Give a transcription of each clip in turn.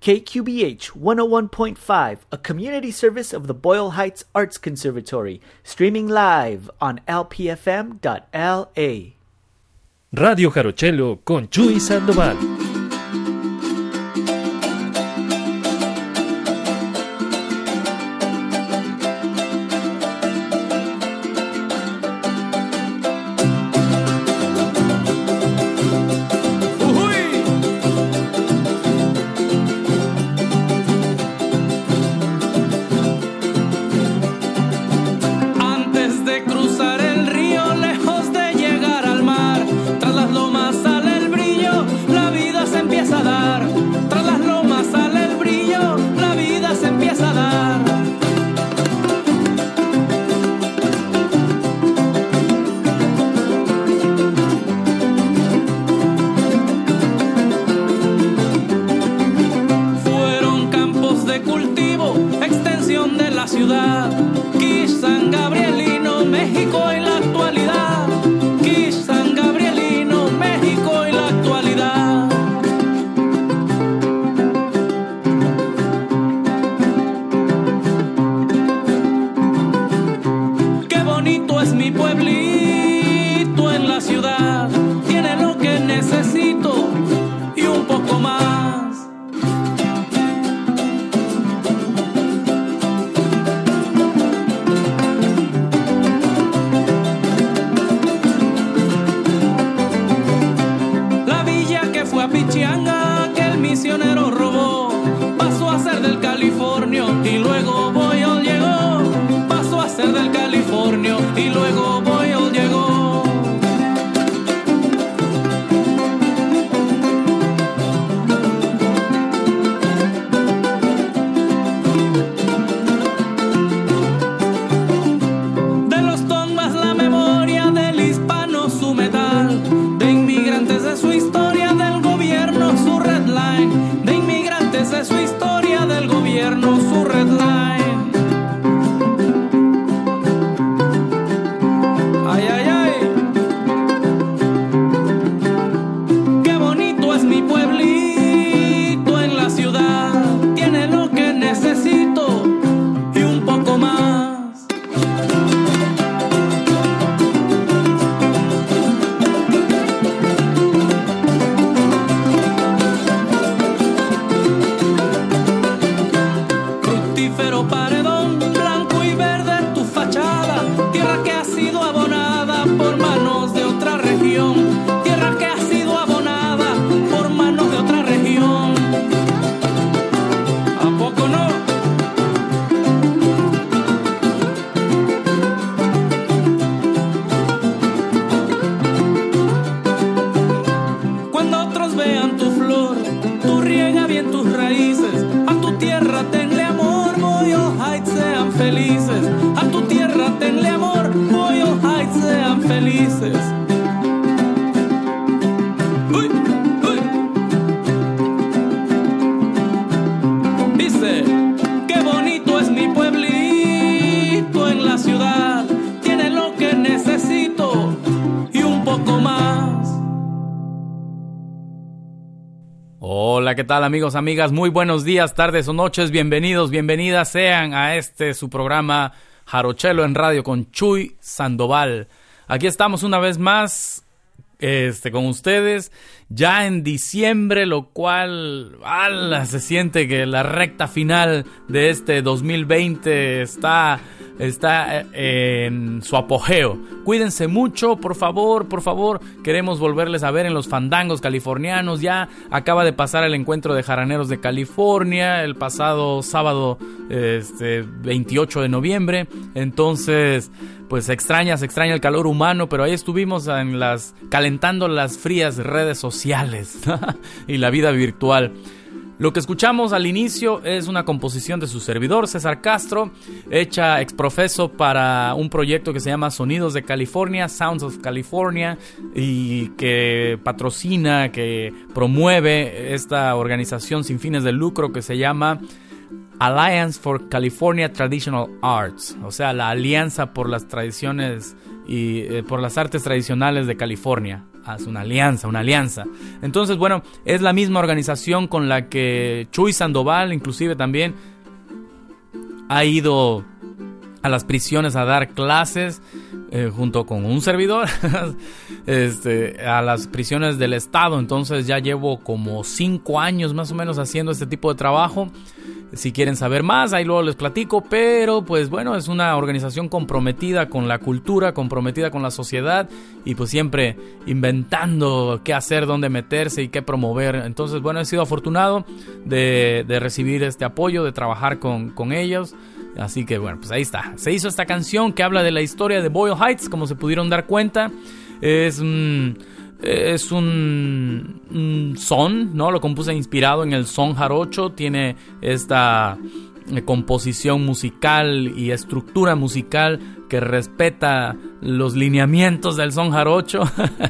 KQBH 101.5, a community service of the Boyle Heights Arts Conservatory, streaming live on lpfm.la. Radio Jarochelo con Chuy Sandoval. ¿Qué tal, amigos, amigas? Muy buenos días, tardes o noches. Bienvenidos, bienvenidas sean a su programa Jarochelo en Radio con Chuy Sandoval. Aquí estamos una vez más con ustedes ya en diciembre, lo cual se siente que la recta final de este 2020 está en su apogeo. Cuídense mucho, por favor. Queremos volverles a ver en los fandangos californianos. Ya acaba de pasar el encuentro de jaraneros de California el pasado sábado 28 de noviembre. Entonces, pues se extraña el calor humano, pero ahí estuvimos calentando las frías redes sociales y la vida virtual. Lo que escuchamos al inicio es una composición de su servidor, César Castro, hecha exprofeso para un proyecto que se llama Sonidos de California, Sounds of California, y que patrocina, que promueve esta organización sin fines de lucro que se llama Alliance for California Traditional Arts, o sea, la alianza por las tradiciones y por las artes tradicionales de California. Haz una alianza. Entonces, bueno, es la misma organización con la que Chuy Sandoval, inclusive también, ha ido a las prisiones a dar clases junto con un servidor a las prisiones del estado. Entonces ya llevo como 5 años más o menos haciendo este tipo de trabajo. Si quieren saber más, ahí luego les platico, pero pues bueno, es una organización comprometida con la cultura, comprometida con la sociedad y pues siempre inventando qué hacer, dónde meterse y qué promover. Entonces, bueno, he sido afortunado de recibir este apoyo, de trabajar con ellos. Así que bueno, pues ahí está. Se hizo esta canción que habla de la historia de Boyle Heights, como se pudieron dar cuenta. Es un son, ¿no? Lo compuse inspirado en el son jarocho. Tiene esta composición musical y estructura musical que respeta los lineamientos del son jarocho.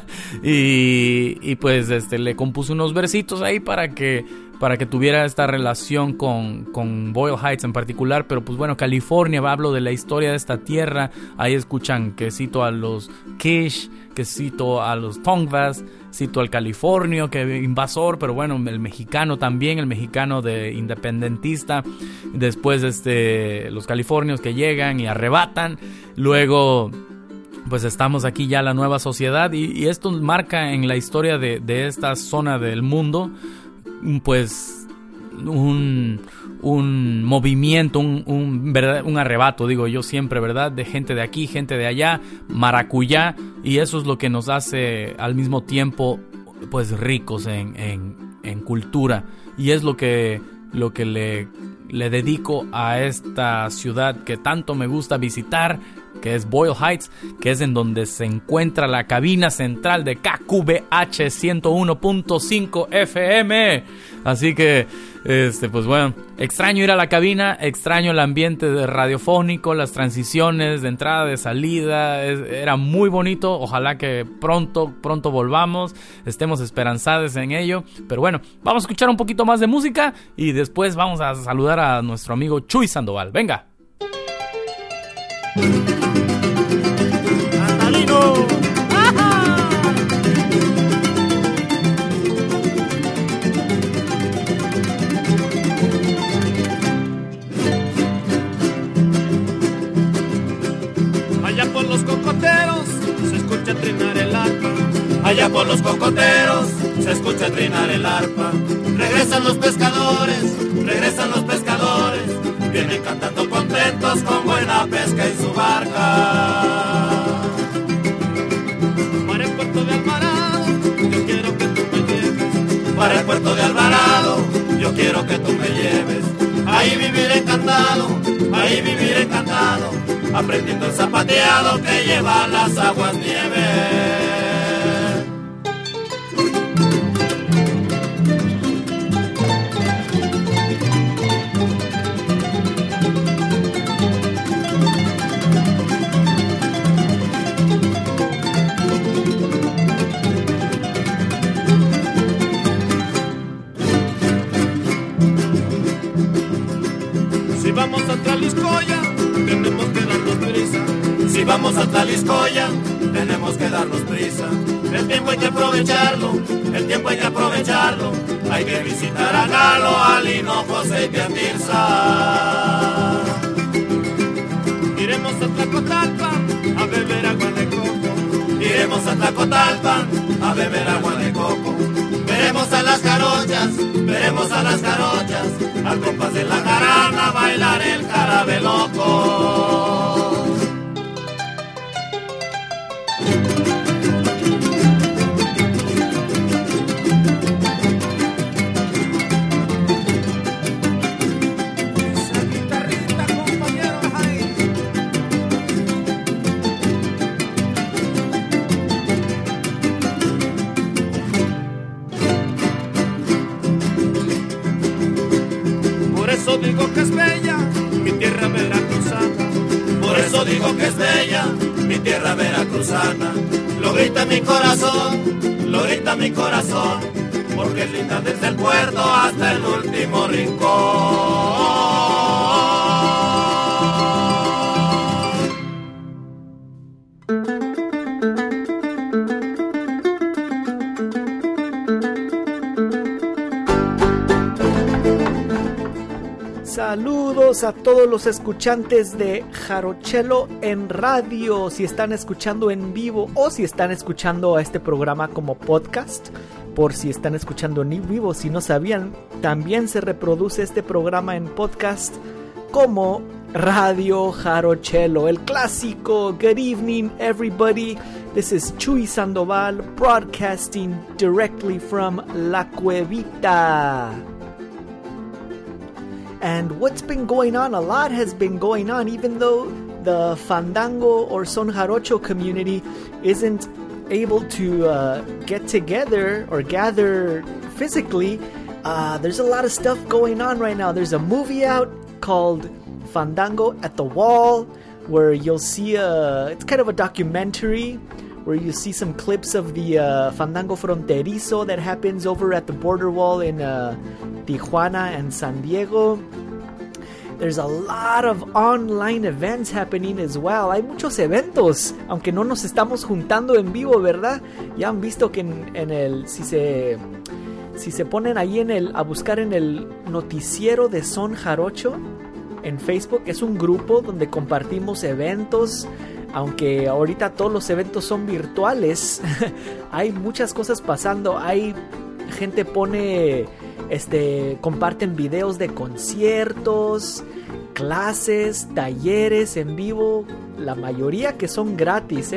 y pues le compuse unos versitos ahí para que tuviera esta relación con Boyle Heights en particular. Pero pues bueno, California, hablo de la historia de esta tierra. Ahí escuchan que cito a los Kish, que cito a los Tongvas, cito al californio, que invasor, pero bueno, el mexicano también, el mexicano de independentista. Después los californios que llegan y arrebatan. Luego pues estamos aquí ya la nueva sociedad y esto marca en la historia de esta zona del mundo pues un movimiento, un arrebato, digo yo siempre, ¿verdad? De gente de aquí, gente de allá, maracuyá, y eso es lo que nos hace al mismo tiempo pues ricos en cultura, y es lo que le dedico a esta ciudad que tanto me gusta visitar, que es Boyle Heights, que es en donde se encuentra la cabina central de KQBH 101.5 FM. Así que, pues bueno, extraño ir a la cabina, extraño el ambiente de radiofónico, las transiciones de entrada, de salida, era muy bonito. Ojalá que pronto volvamos, estemos esperanzados en ello. Pero bueno, vamos a escuchar un poquito más de música y después vamos a saludar a nuestro amigo Chuy Sandoval. Venga. Allá por los cocoteros se escucha trinar el arpa. Allá por los cocoteros se escucha trinar el arpa. Regresan los pescadores, vienen cantando contentos con buena pesca en su barca. Para el puerto de Alvarado, yo quiero que tú me lleves. Para el puerto de Alvarado, yo quiero que tú me lleves. Ahí vivir encantado, aprendiendo el zapateado que lleva las aguas nieves. Vamos a Tlaxcoya, tenemos que darnos prisa. Si vamos a Tlaxcoya, tenemos que darnos prisa. El tiempo hay que aprovecharlo. Hay que visitar a Galo, a Hinojos y Tirsa. Iremos a Tlacotalpan a beber agua de coco. Iremos a Tlacotalpan a beber agua de coco. Veremos a las jarochas, al compás de la jarana bailar el jarabe loco. Esa guitarrita, compañeros, ahí. Por eso digo que es bella mi tierra veracruzana. Por eso digo que es bella mi tierra veracruzana. Lo grita mi corazón, porque es linda desde el puerto hasta el último rincón. Saludos a todos los escuchantes de Jarochelo en radio, si están escuchando en vivo o si están escuchando a este programa como podcast. Por si están escuchando en vivo, si no sabían, también se reproduce este programa en podcast como Radio Jarochelo, el clásico. Good evening, everybody. This is Chuy Sandoval broadcasting directly from La Cuevita. And what's been going on? A lot has been going on, even though the Fandango or Son Jarocho community isn't able to get together or gather physically. There's a lot of stuff going on right now. There's a movie out called Fandango at the Wall, where you'll see it's kind of a documentary where you see some clips of the Fandango Fronterizo that happens over at the border wall in Tijuana and San Diego. There's a lot of online events happening as well. Hay muchos eventos, aunque no nos estamos juntando en vivo, ¿verdad? Ya han visto que en el si se ponen ahí a buscar en el noticiero de Son Jarocho en Facebook, es un grupo donde compartimos eventos. Aunque ahorita todos los eventos son virtuales, hay muchas cosas pasando. Hay gente comparten videos de conciertos, clases, talleres en vivo, la mayoría que son gratis,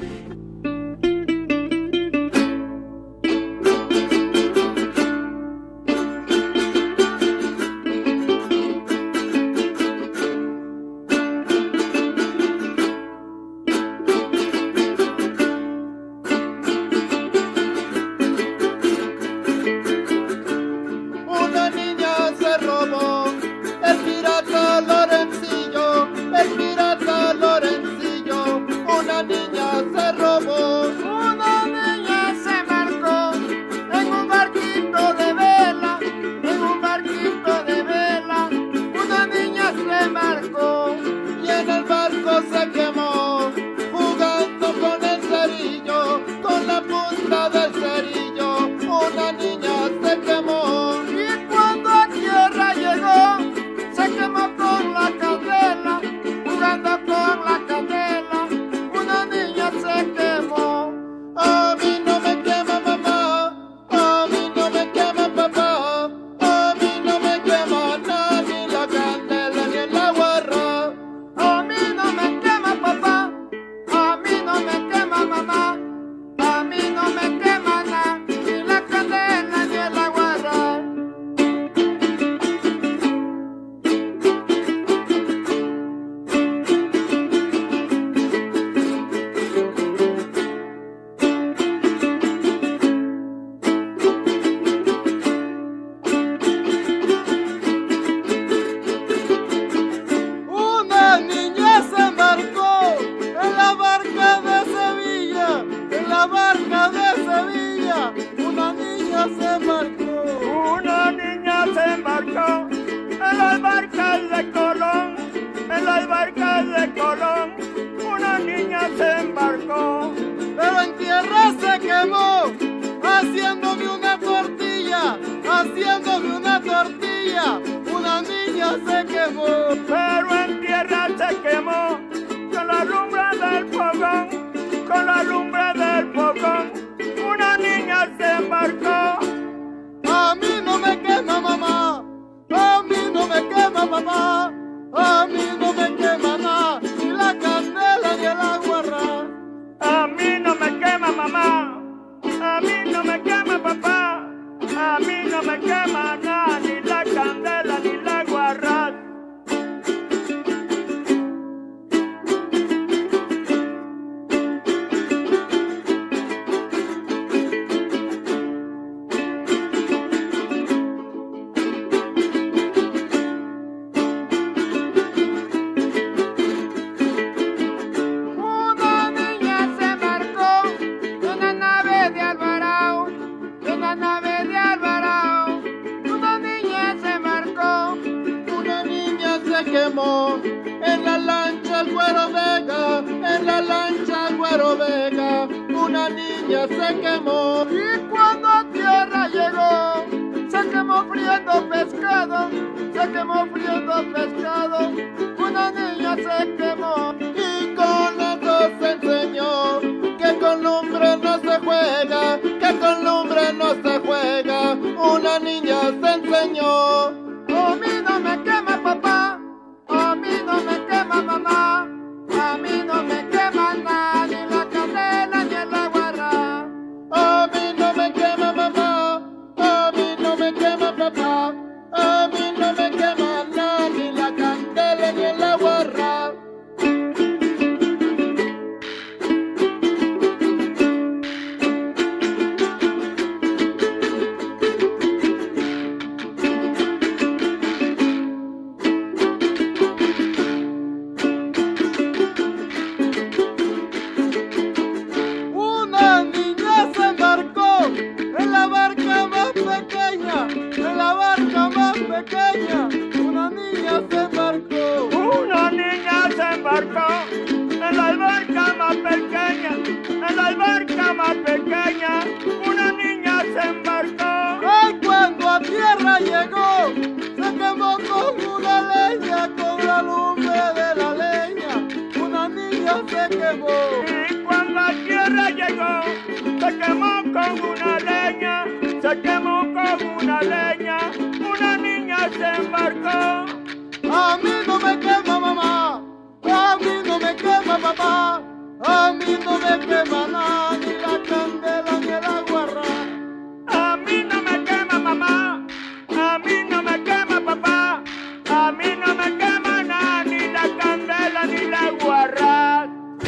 En la lancha el Güero Vega, en la lancha el Güero Vega, una niña se quemó. Y cuando a tierra llegó, se quemó friendo pescado, se quemó friendo pescado, una niña se quemó y con eso se enseñó que con lumbre no se juega, que con lumbre no se juega, una niña se enseñó. A mí no me quema papá, a mí no me quema mamá, a mí no me quema nada, ni la candela ni el aguarrá. A mí no me quema mamá, a mí no me quema papá, a mí no me quema nada, ni la candela ni el aguarrá. Una niña se embarcó. Una niña se embarcó en la barca más pequeña, en la barca más pequeña. Una niña se embarcó. Ay, cuando a tierra llegó, se quemó con una leña, con la lumbre de la leña. Una niña se quemó. Y cuando a tierra llegó, se quemó con una leña, se quemó con una leña. Una niña se embarcó. A mí no me quema mamá, a mí no me quema papá, a mí no me quema nada, ni la candela ni el aguarrá. A mí no me quema mamá, a mí no me quema papá, a mí no me quema nada, ni la candela ni la aguarrá.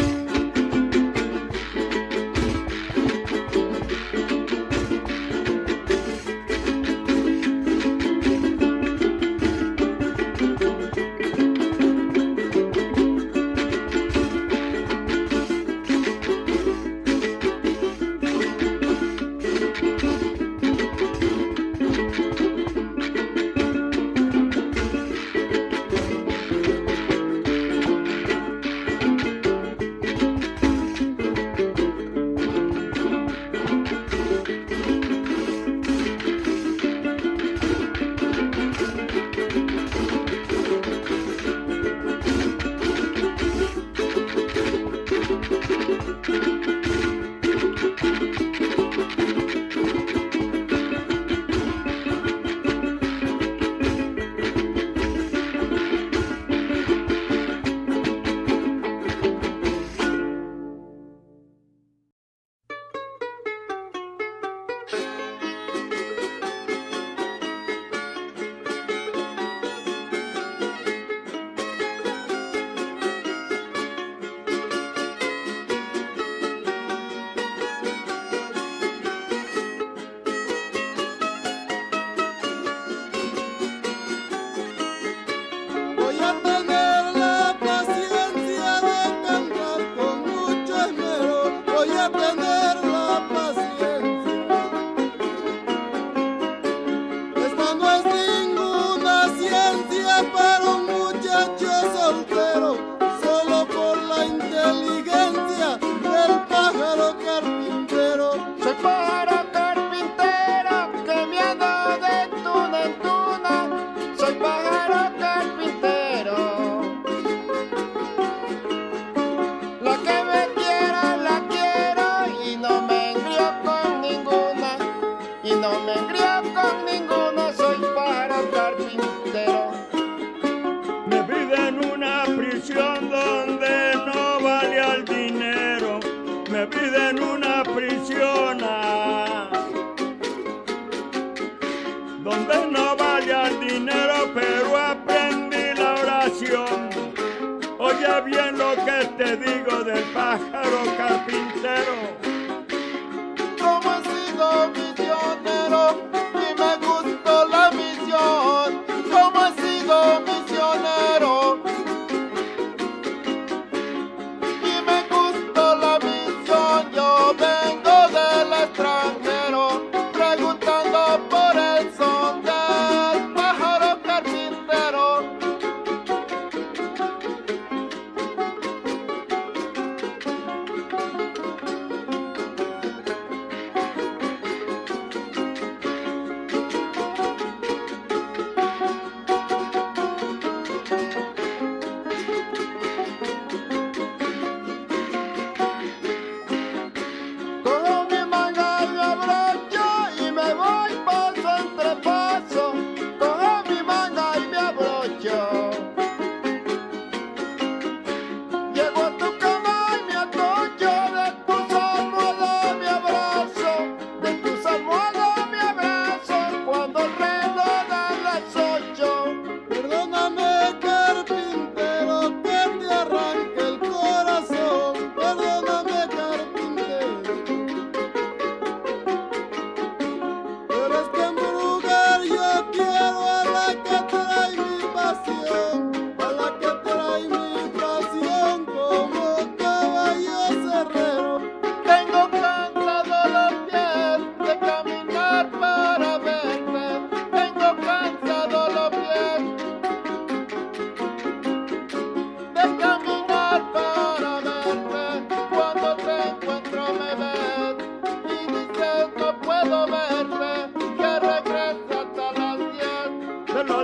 Bien lo que te digo del pájaro carpintero. Como he sido misionero y me gustó la misión. Como he sido misionero y me gustó la misión. Yo vengo del extranjero preguntando por el son del pájaro carpintero.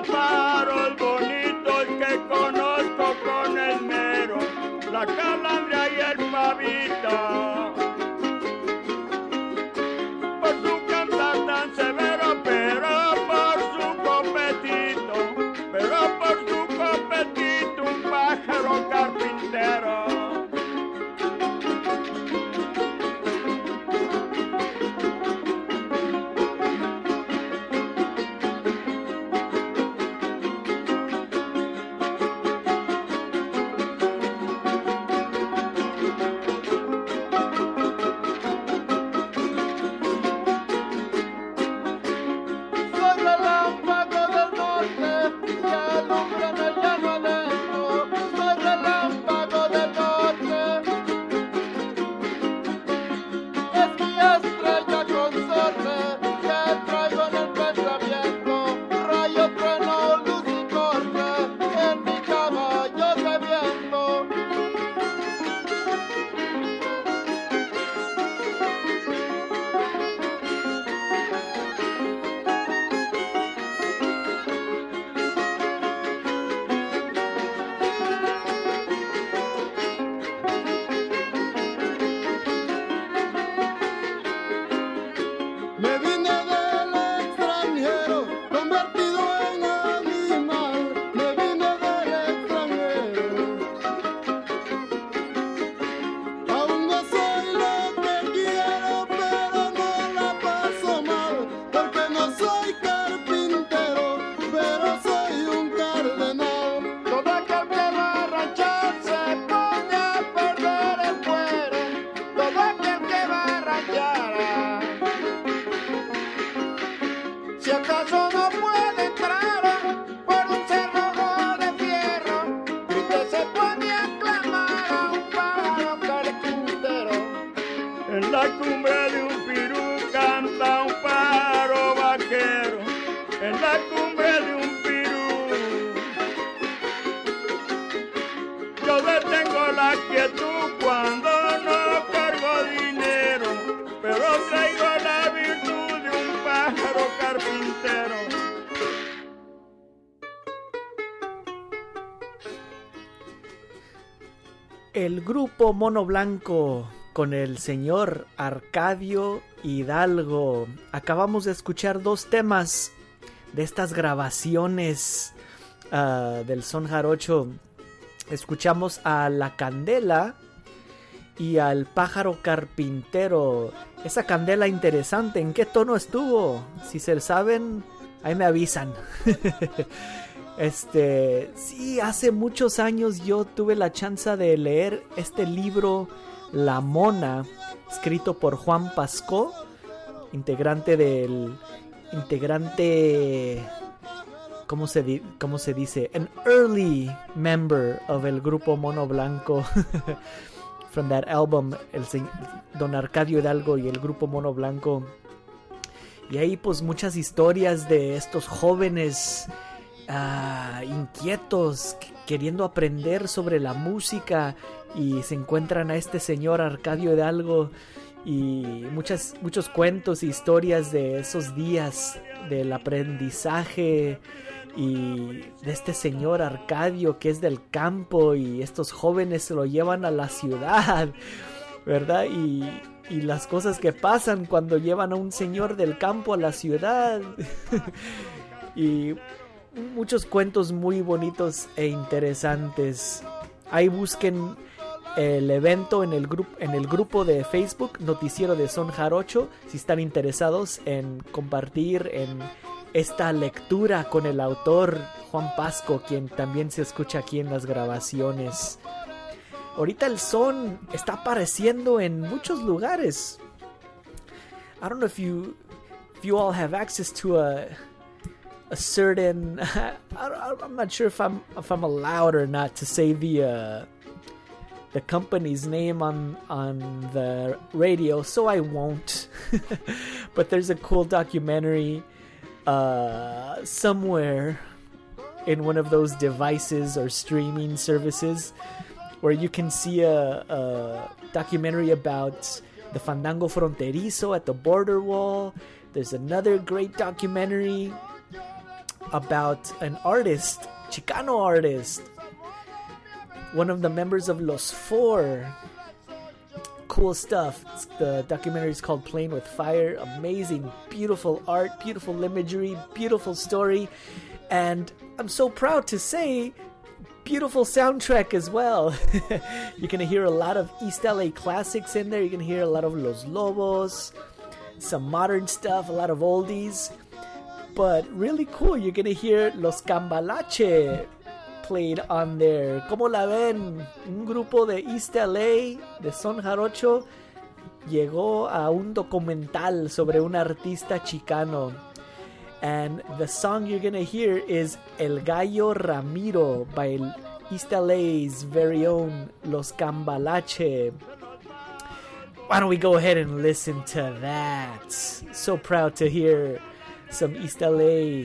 los pájaros bonitos que conozco con esmero, la calandria y el pavito. Por su cantar tan severo, pero por su copetito, un pájaro carpintero. El grupo Mono Blanco con el señor Arcadio Hidalgo. Acabamos de escuchar dos temas de estas grabaciones del son jarocho. Escuchamos a La Candela y al Pájaro Carpintero. Esa candela interesante, ¿en qué tono estuvo? Si se lo saben, ahí me avisan. Sí, hace muchos años yo tuve la chance de leer este libro La Mona, escrito por Juan Pascó, integrante ¿cómo se dice? An early member of el grupo Mono Blanco. From that album, Don Arcadio Hidalgo y el grupo Mono Blanco. Y ahí pues muchas historias de estos jóvenes inquietos, queriendo aprender sobre la música, y se encuentran a este señor Arcadio Hidalgo, y muchos cuentos e historias de esos días del aprendizaje y de este señor Arcadio que es del campo, y estos jóvenes se lo llevan a la ciudad, ¿verdad? Y las cosas que pasan cuando llevan a un señor del campo a la ciudad. Y muchos cuentos muy bonitos e interesantes. Ahí busquen el evento en el grupo de Facebook Noticiero de Son Jarocho, si están interesados en compartir en esta lectura con el autor Juan Pasco, quien también se escucha aquí en las grabaciones. Ahorita el son está apareciendo en muchos lugares. I don't know if you all have access to a certain I'm not sure if I'm allowed or not to say the company's name on the radio, so I won't. But there's a cool documentary somewhere in one of those devices or streaming services where you can see a documentary about the Fandango Fronterizo at the border wall. There's another great documentary about an artist, Chicano artist, one of the members of Los Four. Cool stuff. The documentary is called Playing with Fire. Amazing, beautiful art, beautiful imagery, beautiful story, and I'm so proud to say, beautiful soundtrack as well. You're gonna hear a lot of East LA classics in there. You're gonna hear a lot of Los Lobos, some modern stuff, a lot of oldies, but really cool. You're gonna hear Los Cambalache played on there. ¿Cómo la ven? Un grupo de East LA, de son jarocho, llegó a un documental sobre un artista chicano. And the song you're gonna hear is El Gallo Ramiro by East LA's very own Los Cambalache. Why don't we go ahead and listen to that? So proud to hear some East LA.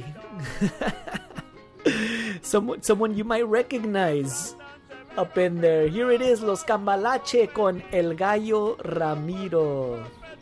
Someone you might recognize up in there. Here it is, Los Cambalache con El Gallo Ramiro.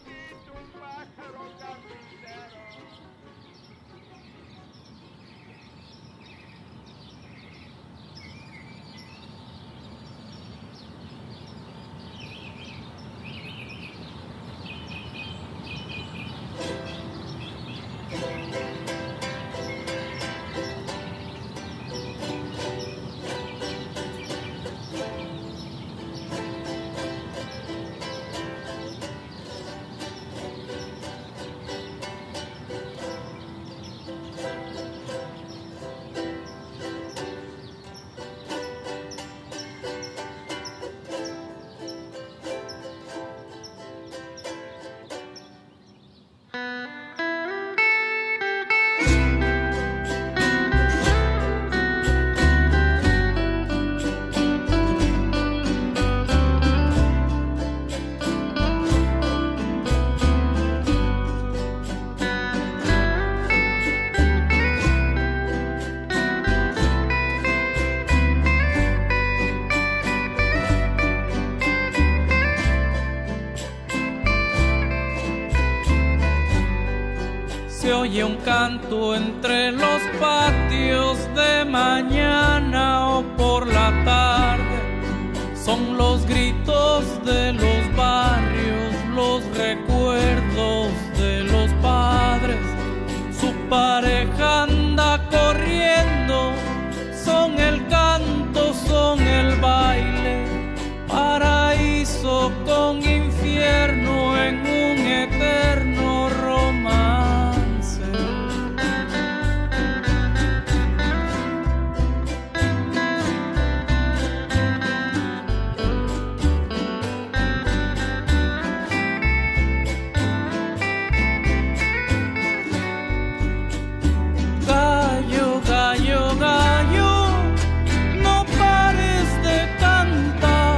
Se oye un canto entre los patios de mañana o por la tarde. Son los gritos de los barrios, los recuerdos de los padres. Su pareja anda corriendo, son el canto, son el baile. Paraíso con infierno en un eterno romance. Gallo, gallo, gallo, no pares de cantar,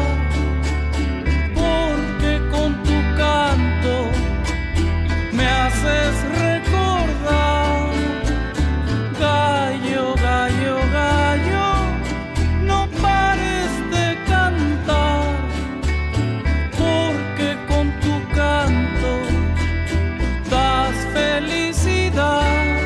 porque con tu canto me haces recordar. Gallo, gallo, gallo, no pares de cantar, porque con tu canto das felicidad.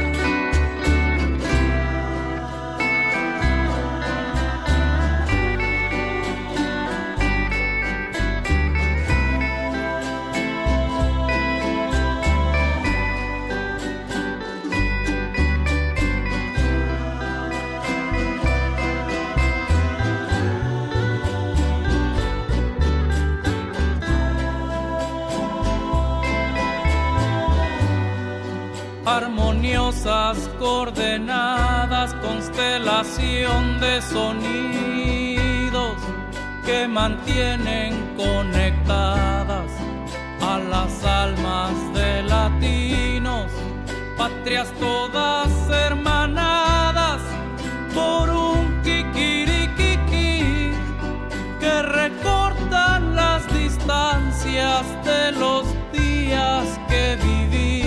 Armoniosas coordenadas, constelación de sonidos que mantienen conectadas a las almas de latinos, patrias todas hermanadas por un kikirikiki que recortan las distancias de los días que viví.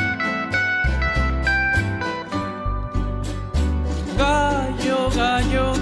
Gallo, gallo,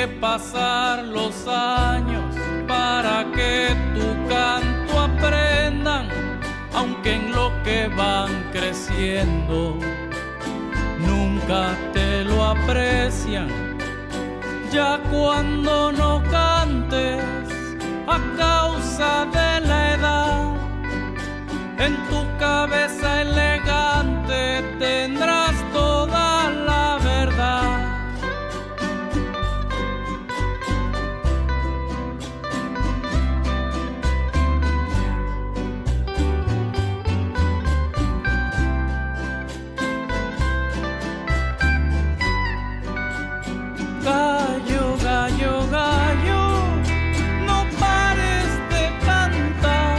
que pasar los años para que tu canto aprendan, aunque en lo que van creciendo nunca te lo aprecian. Ya cuando no cantes a causa de la edad, en tu cabeza elegante tendrás toda la verdad. Gallo, gallo, gallo, no pares de cantar,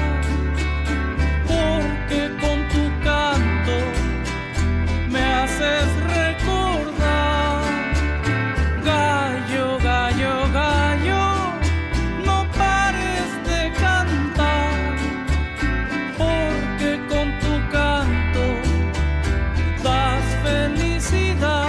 porque con tu canto me haces recordar. Gallo, gallo, gallo, no pares de cantar, porque con tu canto das felicidad.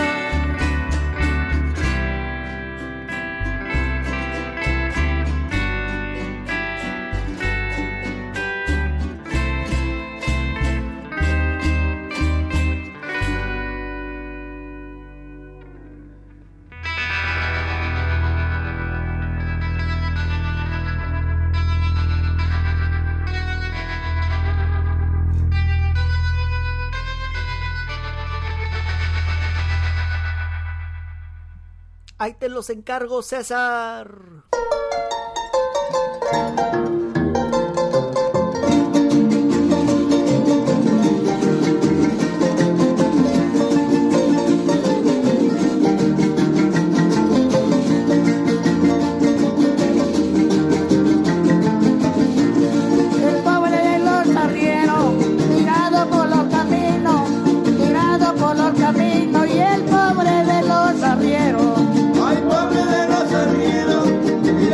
Ahí te los encargo, César. El pobre de los arrieros, tirado por los caminos, y el pobre de los arrieros. Ay, pobre de los arrieros,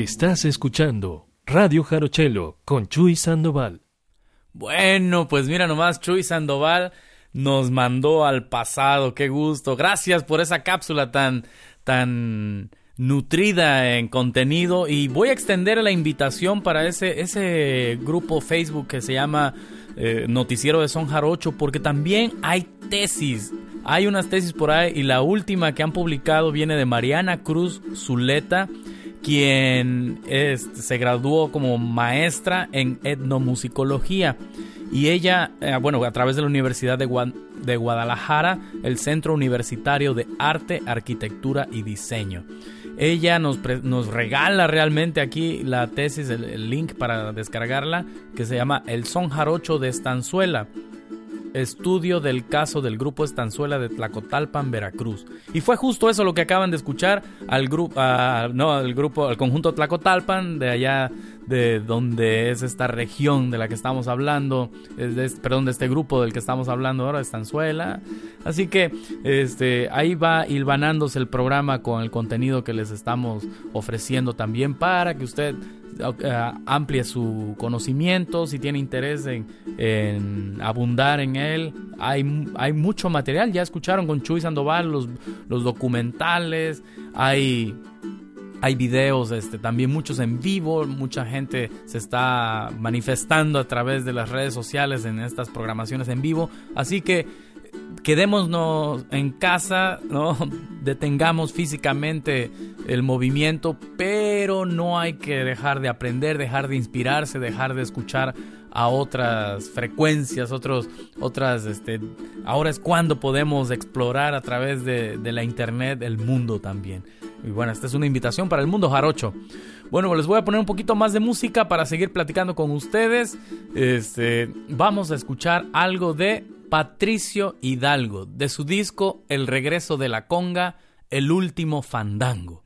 Estás escuchando Radio Jarochelo con Chuy Sandoval. Bueno, pues mira nomás, Chuy Sandoval nos mandó al pasado. Qué gusto. Gracias por esa cápsula tan nutrida en contenido. Y voy a extender la invitación para ese grupo Facebook que se llama Noticiero de Son Jarocho, porque también hay tesis. Hay unas tesis por ahí y la última que han publicado viene de Mariana Cruz Zuleta, quien se graduó como maestra en etnomusicología. Y ella, a través de la Universidad de Guadalajara, el Centro Universitario de Arte, Arquitectura y Diseño. Ella nos regala realmente aquí la tesis, el link para descargarla, que se llama El Son Jarocho de Estanzuela. Estudio del caso del grupo Estanzuela de Tlacotalpan, Veracruz. Y fue justo eso lo que acaban de escuchar al conjunto Tlacotalpan, de allá de donde es esta región de la que estamos hablando, de este grupo del que estamos hablando ahora, Estanzuela. Así que ahí va hilvanándose el programa con el contenido que les estamos ofreciendo también para que usted amplíe su conocimiento. Si tiene interés en abundar en él, hay mucho material. Ya escucharon con Chuy Sandoval los documentales, hay videos también muchos en vivo. Mucha gente se está manifestando a través de las redes sociales en estas programaciones en vivo, así que quedémonos en casa, ¿no? Detengamos físicamente el movimiento, pero no hay que dejar de aprender, dejar de inspirarse, dejar de escuchar a otras frecuencias, ahora es cuando podemos explorar a través de la internet el mundo también. Y bueno, esta es una invitación para el mundo jarocho. Bueno, les voy a poner un poquito más de música para seguir platicando con ustedes. Vamos a escuchar algo de Patricio Hidalgo, de su disco El Regreso de la Conga, El Último Fandango.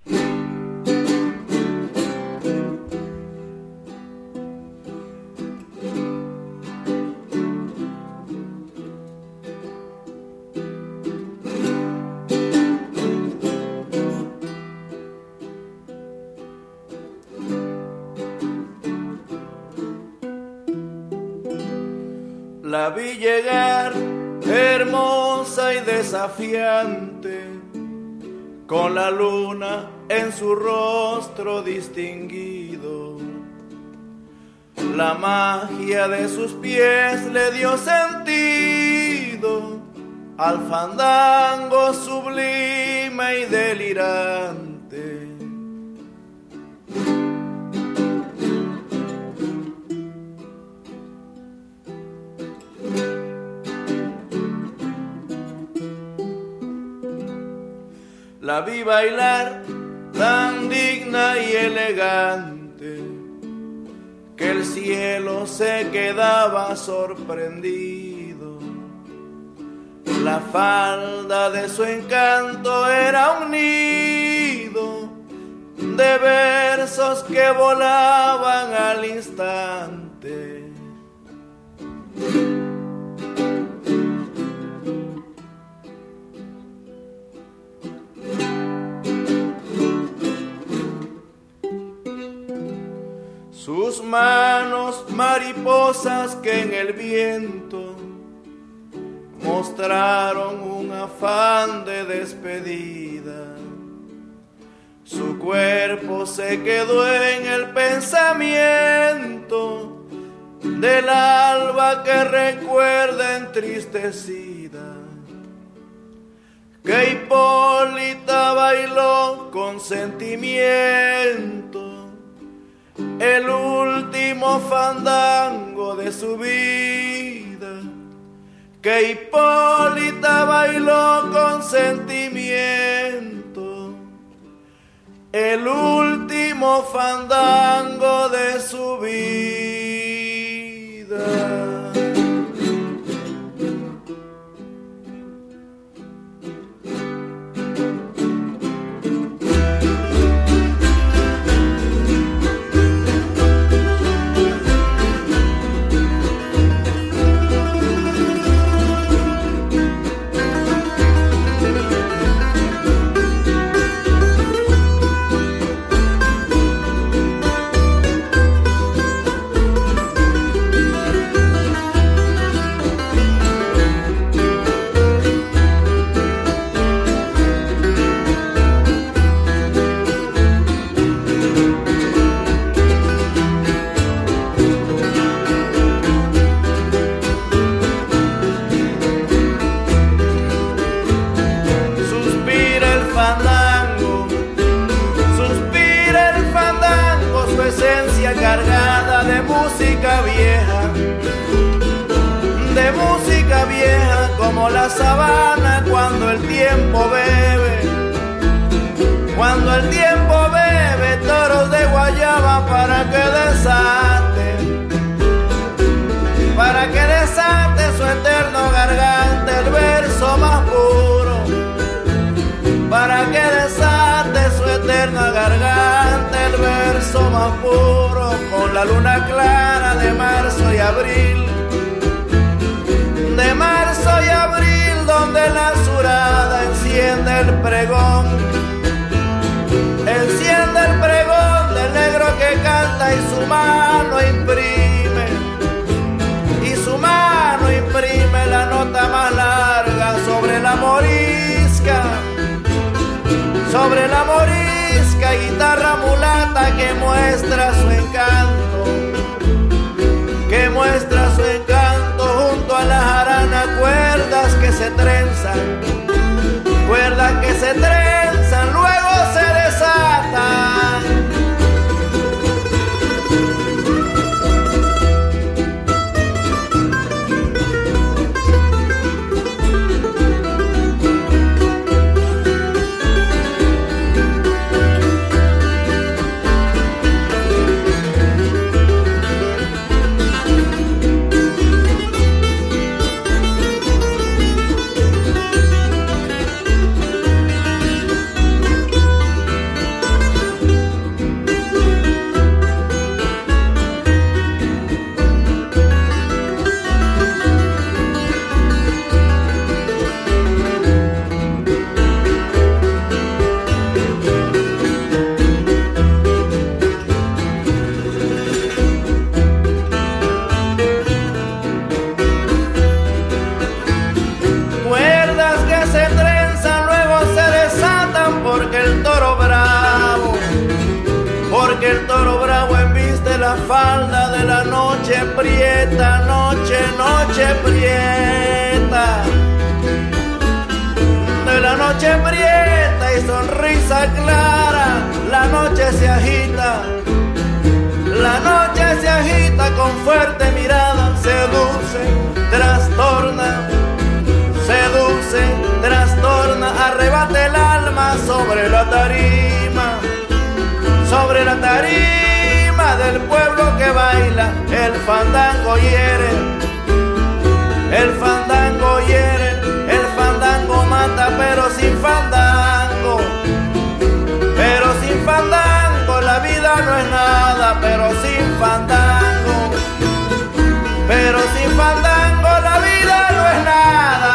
La vi llegar, hermosa y desafiante, con la luna en su rostro distinguido. La magia de sus pies le dio sentido al fandango sublime y delirante. La vi bailar tan digna y elegante que el cielo se quedaba sorprendido. La falda de su encanto era un nido de versos que volaban al instante. Sus manos mariposas que en el viento mostraron un afán de despedida. Su cuerpo se quedó en el pensamiento del alba que recuerda entristecida. Que Hipólita bailó con sentimiento el último fandango de su vida. Que Hipólita bailó con sentimiento el último fandango de su vida. como la sabana cuando el tiempo bebe. Cuando el tiempo bebe toros de guayaba para que desate su eterno gargante el verso más puro, para que desate su eterna garganta el verso más puro, con la luna clara de marzo y abril, de marzo y abril, donde la azurada enciende el pregón, enciende el pregón del negro que canta y su mano imprime la nota más larga sobre la morisca, guitarra mulata que muestra su encanto, junto a la jarana, cuerdas que se trenzan, luego se desatan. El toro bravo embiste la falda de la noche prieta, noche prieta, de la noche prieta y sonrisa clara, la noche se agita con fuerte mirada, seduce, trastorna, arrebata el alma sobre la tarima del pueblo que baila, el fandango hiere, el fandango mata, pero sin fandango, la vida no es nada, pero sin fandango, la vida no es nada.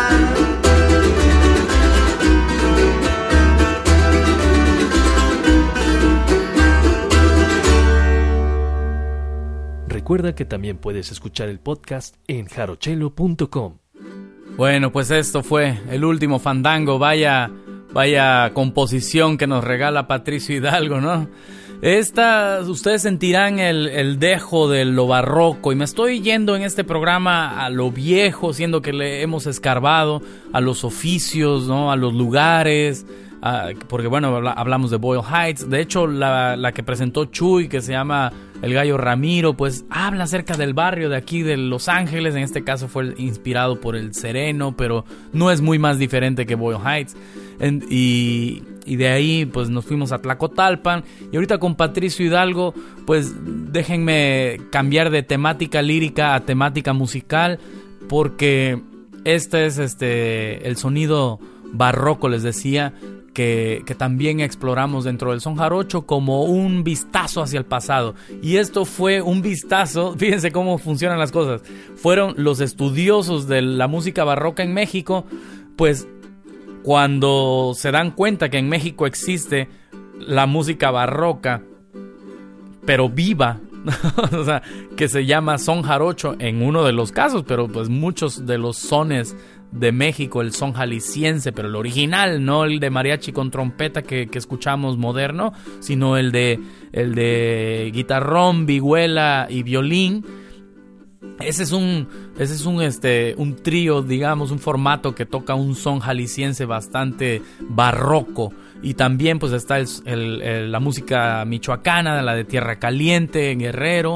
Recuerda que también puedes escuchar el podcast en jarochelo.com. Bueno, pues esto fue el último fandango. Vaya composición que nos regala Patricio Hidalgo, ¿no? Ustedes sentirán el dejo de lo barroco, y me estoy yendo en este programa a lo viejo, siendo que le hemos escarbado a los oficios, ¿no? A los lugares, porque bueno, hablamos de Boyle Heights. De hecho, la que presentó Chuy, que se llama El Gallo Ramiro, pues habla acerca del barrio de aquí de Los Ángeles. En este caso fue inspirado por El Sereno, pero no es muy más diferente que Boyle Heights. Y de ahí pues nos fuimos a Tlacotalpan, y ahorita con Patricio Hidalgo pues déjenme cambiar de temática lírica a temática musical, porque este es el sonido barroco, les decía, que también exploramos dentro del son jarocho como un vistazo hacia el pasado. Y esto fue un vistazo, fíjense cómo funcionan las cosas. Fueron los estudiosos de la música barroca en México, pues cuando se dan cuenta que en México existe la música barroca, pero viva, o sea, que se llama son jarocho en uno de los casos, pero pues muchos de los sones de México, el son jalisciense, pero el original, no el de mariachi con trompeta que escuchamos moderno, sino el de guitarrón, vihuela y violín. Ese es un trío, digamos, un formato que toca un son jalisciense bastante barroco. Y también pues está la música michoacana, la de Tierra Caliente, en Guerrero,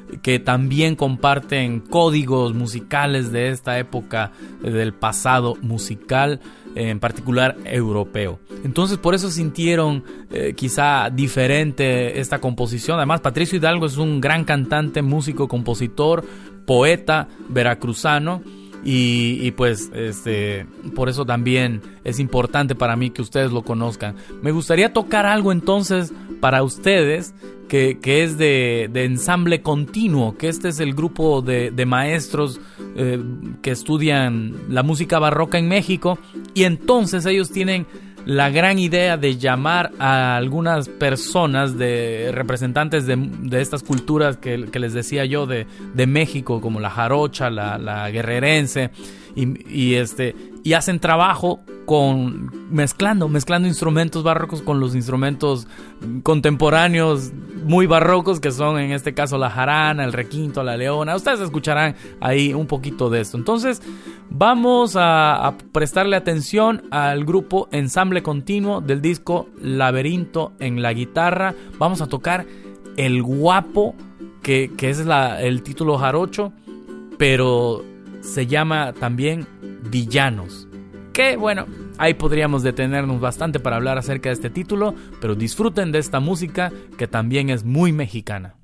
que también comparten códigos musicales de esta época del pasado musical, en particular europeo. Entonces por eso sintieron quizá diferente esta composición. Además, Patricio Hidalgo es un gran cantante, músico, compositor, poeta veracruzano. Y pues por eso también es importante para mí que ustedes lo conozcan. Me gustaría tocar algo entonces para ustedes que es de Ensamble Continuo, que este es el grupo de maestros que estudian la música barroca en México, y entonces ellos tienen la gran idea de llamar a algunas personas, de representantes de estas culturas que les decía yo de México, como la jarocha, la guerrerense, y hacen trabajo mezclando instrumentos barrocos con los instrumentos contemporáneos muy barrocos, que son en este caso la jarana, el requinto, la leona. Ustedes escucharán ahí un poquito de esto. Entonces vamos a prestarle atención al grupo Ensamble Continuo del disco Laberinto en la guitarra. Vamos a tocar El Guapo, que es el título jarocho, pero se llama también Villanos. Que bueno, ahí podríamos detenernos bastante para hablar acerca de este título, pero disfruten de esta música que también es muy mexicana.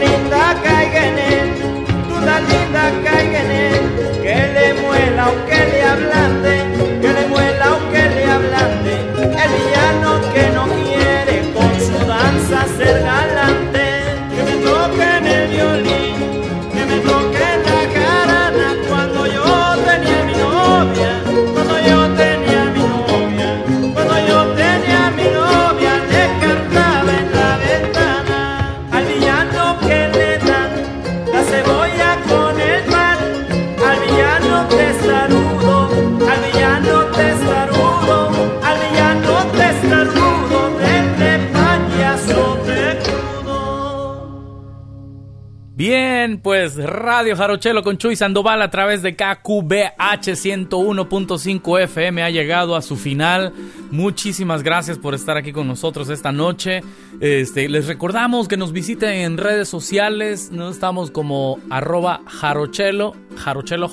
linda caiga en él, tú tan linda caiga en él, que le muela o que le ablande, que le muela o que le ablande, el villano que no quiere con su danza ser galante, que me toque en el violín, que me toque en la jarana, cuando yo tenía mi novia, cuando yo tenía mi novia, cuando yo tenía mi novia, le cantaba en la ventana al villano que le dan la cebolla con el pan, al villano testarudo, al villano testarudo, al villano testarudo, denle payaso de crudo. Bien, pues Radio Jarochelo con Chuy Sandoval a través de KQBH 101.5 FM ha llegado a su final. Muchísimas gracias por estar aquí con nosotros esta noche. Les recordamos que nos visiten en redes sociales. Nos estamos como @Jarochelo, Jarochelo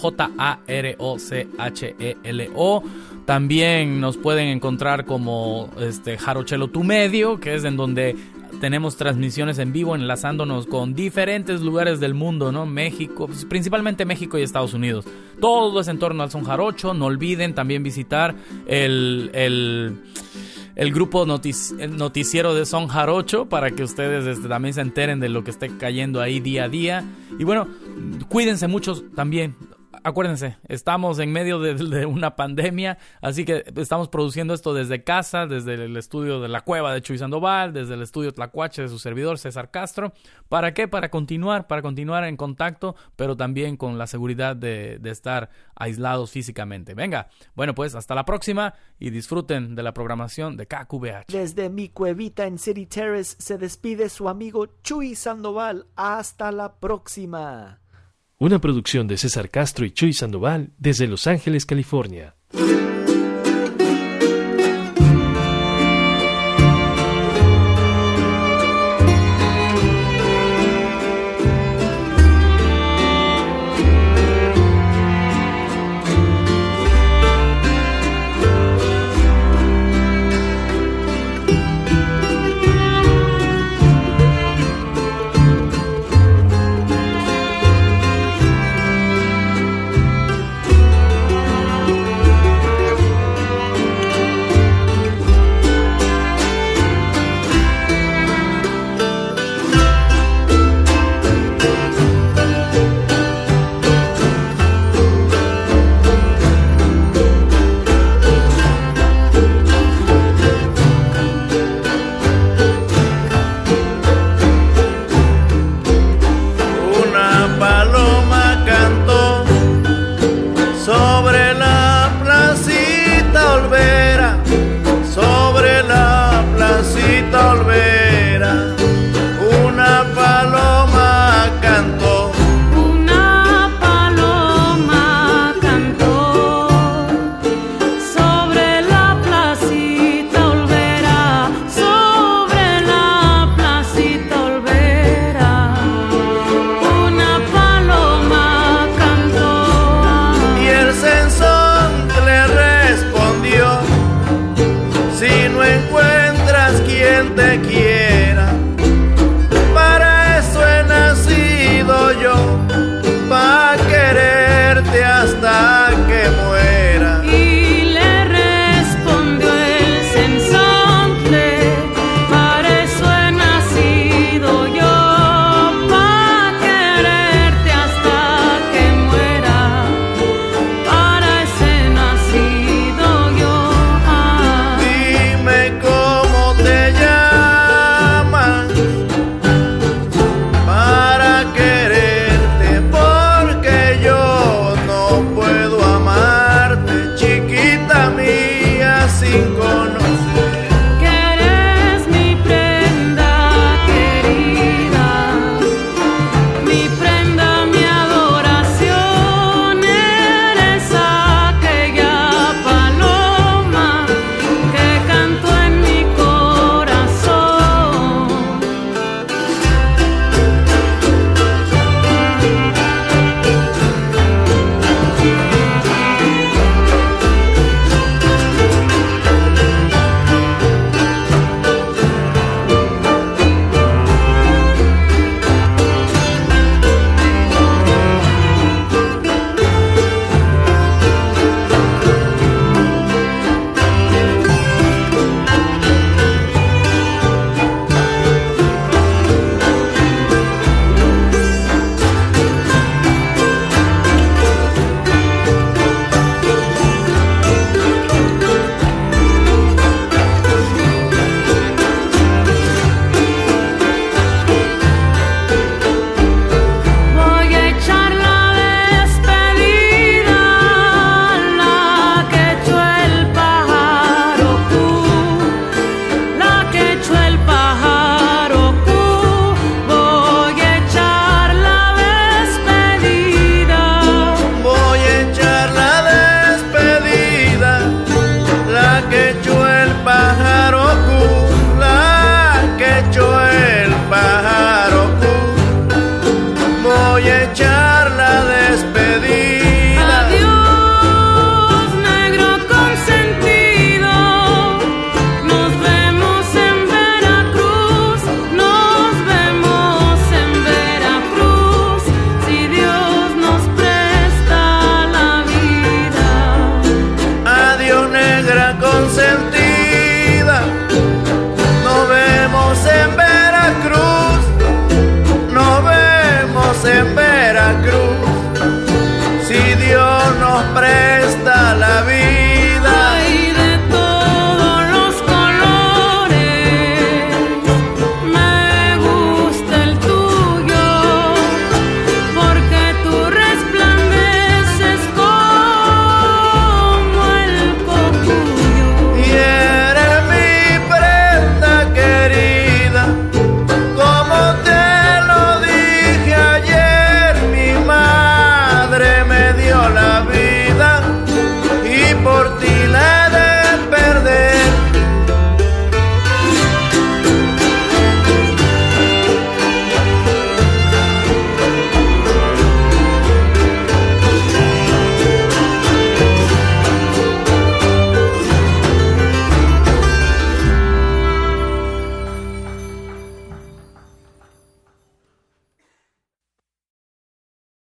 JAROCHELO. También nos pueden encontrar como Jarochelo Tu Medio, que es en donde tenemos transmisiones en vivo enlazándonos con diferentes lugares del mundo, ¿no? México, principalmente México y Estados Unidos. Todo es en torno al son jarocho. No olviden también visitar el grupo noticiero de Son Jarocho para que ustedes también se enteren de lo que esté cayendo ahí día a día. Y bueno, cuídense mucho también. Acuérdense, estamos en medio de una pandemia, así que estamos produciendo esto desde casa, desde el estudio de La Cueva de Chuy Sandoval, desde el estudio Tlacuache de su servidor César Castro. ¿Para qué? Para continuar en contacto, pero también con la seguridad de estar aislados físicamente. Venga, bueno pues hasta la próxima y disfruten de la programación de KQBH. Desde mi cuevita en City Terrace se despide su amigo Chuy Sandoval. Hasta la próxima. Una producción de César Castro y Chuy Sandoval desde Los Ángeles, California.